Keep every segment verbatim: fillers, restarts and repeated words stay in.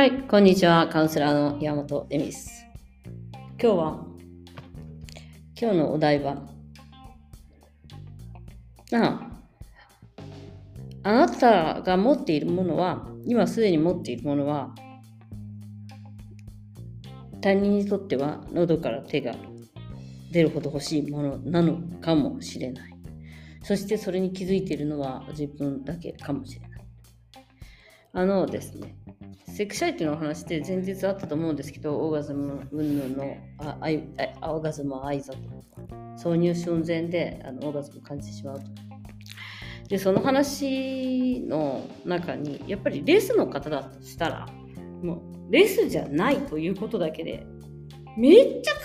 はい、こんにちは。カウンセラーの山本恵美です。今日は、今日のお題は、ああなたが持っているものは、今すでに持っているものは、他人にとっては喉から手が出るほど欲しいものなのかもしれない。そしてそれに気づいているのは自分だけかもしれない。あのですね、セクシャリティのお話って前日あったと思うんですけど、オーガズム云々のああいあオーガズムは愛だと、挿入寸前であのオーガズムを感じてしまうと。で、その話の中に、やっぱりレスの方だとしたら、もうレスじゃないということだけで、めっちゃ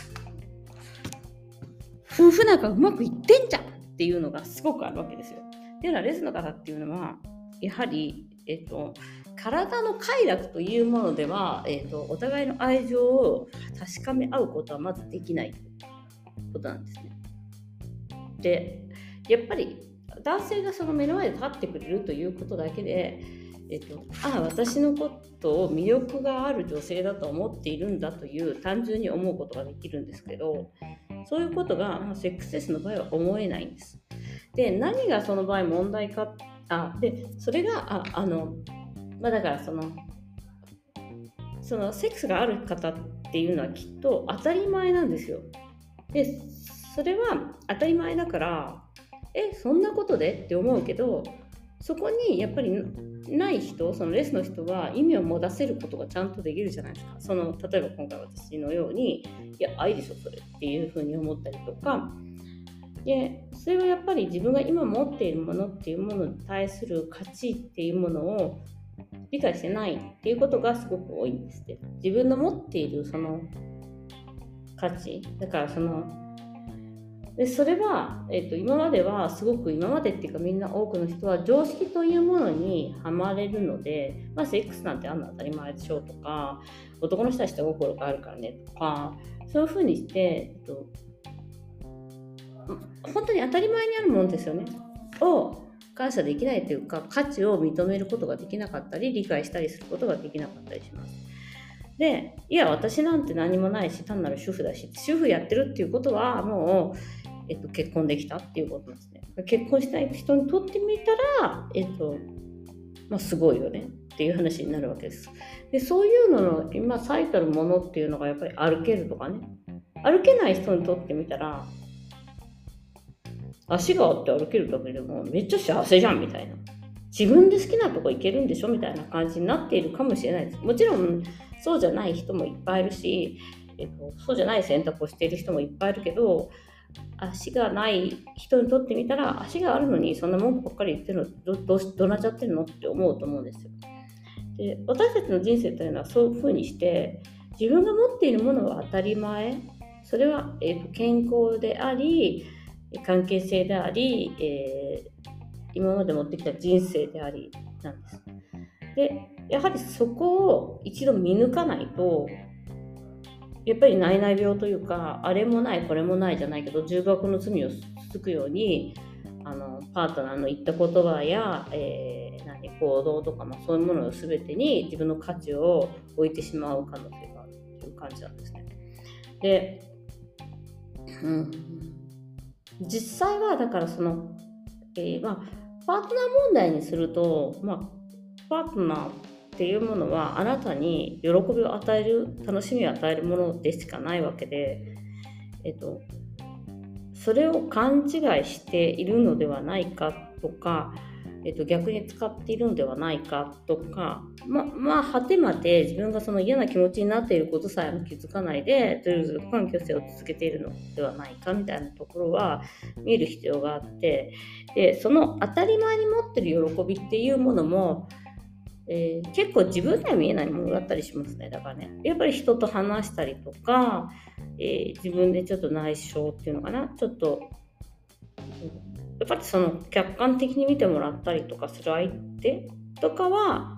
夫婦仲うまくいってんじゃんっていうのがすごくあるわけですよ。っていうのは、レスの方っていうのは、やはり、えっと、体の快楽というものでは、えっと、お互いの愛情を確かめ合うことはまずできないことなんですね。で、やっぱり男性がその目の前で立ってくれるということだけで、えっと、ああ、私のことを魅力がある女性だと思っているんだという単純に思うことができるんですけど、そういうことがセックスレスの場合は思えないんです。で、何がその場合問題か、あでそれがああのまあだからそのそのセックスがある方っていうのはきっと当たり前なんですよ。で、それは当たり前だから、えそんなことでって思うけど、そこにやっぱりない人、そのレスの人は意味を持たせることがちゃんとできるじゃないですか。その例えば今回私のように、いや愛でしょそれっていうふうに思ったりとか、でそれはやっぱり自分が今持っているものっていうものに対する価値っていうものを理解してないっていうことがすごく多いんですね。自分の持っているその価値だから、そのでそれは、えっと、今まではすごく今までっていうかみんな多くの人は常識というものにはまれるので、まあ、セックスなんてあんな当たり前でしょうとか、男の人は下心があるからねとか、そういうふうにして、えっと、本当に当たり前にあるものですよねを感謝できないというか、価値を認めることができなかったり理解したりすることができなかったりします。で、いや私なんて何もないし単なる主婦だし、主婦やってるっていうことはもう、えっと、結婚できたっていうことなんですね。結婚したい人にとってみたら、えっとまあ、すごいよねっていう話になるわけです。で、そういうのの今最たるものっていうのがやっぱり歩けるとかね、歩けない人にとってみたら、足があって歩けるだけでもめっちゃ幸せじゃんみたいな、自分で好きなとこ行けるんでしょみたいな感じになっているかもしれないです。もちろんそうじゃない人もいっぱいいるし、えっと、そうじゃない選択をしている人もいっぱいいるけど、足がない人にとってみたら、足があるのにそんな文句ばっかり言ってるの ど, ど, どなっちゃってるのって思うと思うんですよ。で、私たちの人生というのはそういうふうにして、自分が持っているものは当たり前、それは、えっと、健康であり関係性であり、えー、今まで持ってきた人生でありなんです。で、やはりそこを一度見抜かないと、やっぱり内々病というか、あれもないこれもないじゃないけど、重箱の罪をつくように、あのパートナーの言った言葉や、えー、何行動とか、まあ、そういうものを全てに自分の価値を置いてしまう可能性があるという感じなんですね。で、うん実際はだからその、えーまあ、パートナー問題にすると、まあ、パートナーっていうものはあなたに喜びを与える、楽しみを与えるものでしかないわけで、えっと、それを勘違いしているのではないかとか、えっと、逆に使っているのではないかとか、ま、まあ果てまで自分がその嫌な気持ちになっていることさえも気づかないでずるずる関係性を続けているのではないかみたいなところは見る必要があって、でその当たり前に持っている喜びっていうものも、えー、結構自分では見えないものだったりしますね。だからね、やっぱり人と話したりとか、えー、自分でちょっと内省っていうのかな、ちょっとやっぱりその客観的に見てもらったりとかする相手とかは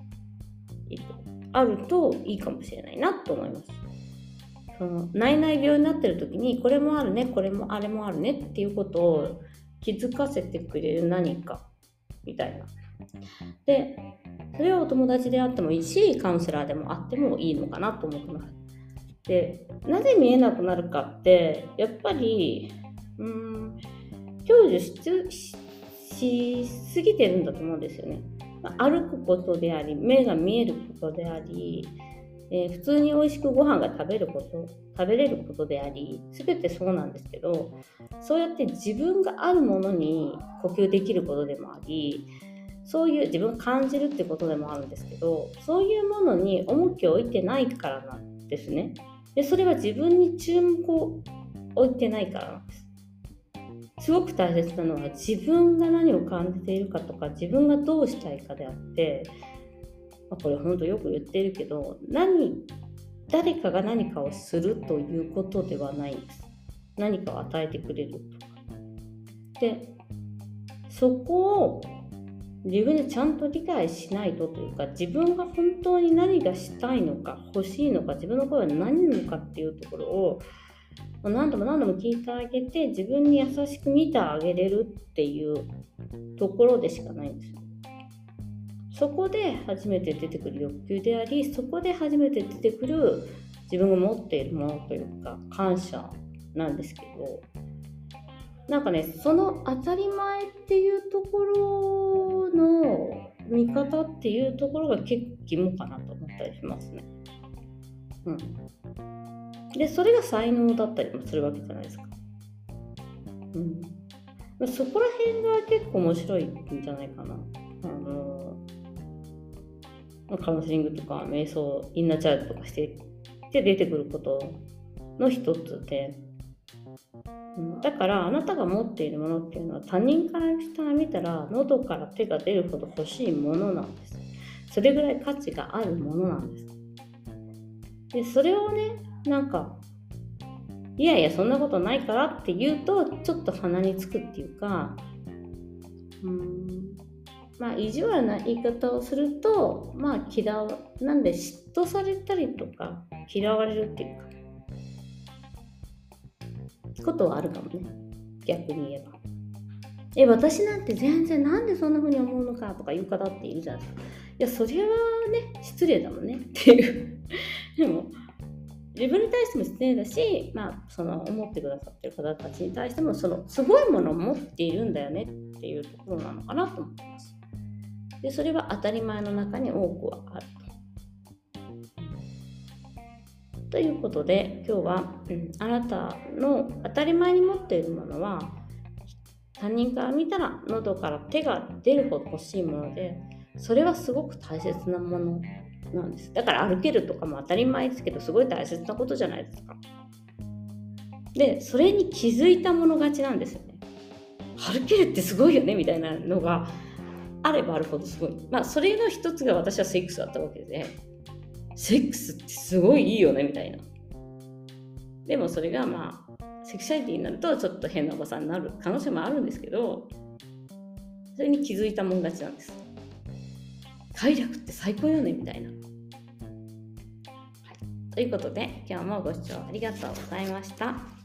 あるといいかもしれないなと思います。その内々病になってる時にこれもあるねこれもあれもあるねっていうことを気づかせてくれる何かみたいなで、それはお友達であってもいいし、カウンセラーでもあってもいいのかなと思ってます。で、なぜ見えなくなるかって、やっぱり、うーん、享受し、しすぎてるんだと思うんですよね。歩くことであり、目が見えることであり、えー普通に美味しくご飯が食べること、食べれることであり、すべてそうなんですけど、そうやって自分があるものに呼吸できることでもあり、そういう自分を感じるってことでもあるんですけど、そういうものに重きを置いてないからなんですね。で、それは自分に注目を置いてないからなんです。すごく大切なのは自分が何を感じているかとか、自分がどうしたいかであって、まあこれ本当よく言ってるけど、何誰かが何かをするということではないんです。何かを与えてくれるとか。で、そこを自分でちゃんと理解しないとというか、自分が本当に何がしたいのか、欲しいのか、自分の声は何なのかっていうところを何度も何度も聞いてあげて、自分に優しく見てあげれるっていうところでしかないんですよ。そこで初めて出てくる欲求であり、そこで初めて出てくる自分が持っているものというか感謝なんですけど、なんかね、その当たり前っていうところの見方っていうところが結構肝かなと思ったりしますね。うん。で、それが才能だったりもするわけじゃないですか。うん。そこら辺が結構面白いんじゃないかな。あのカウンセリングとか瞑想、インナーチャイルドとかしてで出てくることの一つで、だからあなたが持っているものっていうのは他人から見たら喉から手が出るほど欲しいものなんです。それぐらい価値があるものなんです。で、それをね、なんかいやいやそんなことないからって言うとちょっと鼻につくっていうか、うーんまあ意地悪な言い方をすると、まあ嫌わなんで嫉妬されたりとか嫌われるっていうかことはあるかもね。逆に言えば。え、私なんて全然なんでそんな風に思うのかとか言う方っているじゃないですか。いや、それはね、失礼だもんねっていう。でも、自分に対しても失礼だし、まあ、その思ってくださってる方たちに対しても、そのすごいものを持っているんだよねっていうところなのかなと思ってます。で、それは当たり前の中に多くはあると。ということで今日は、うん、あなたの当たり前に持っているものは他人から見たら喉から手が出るほど欲しいもので、それはすごく大切なものなんです。だから歩けるとかも当たり前ですけど、すごい大切なことじゃないですか。で、それに気づいたもの勝ちなんですよね。歩けるってすごいよねみたいなのがあればあるほどすごい。まあそれの一つが私はセックスだったわけで、セックスってすごいいいよねみたいな。でもそれがまあセクシャリティになるとちょっと変なおばさんになる可能性もあるんですけど、それに気づいたもん勝ちなんです。快楽って最高よねみたいな、はい、ということで今日もご視聴ありがとうございました。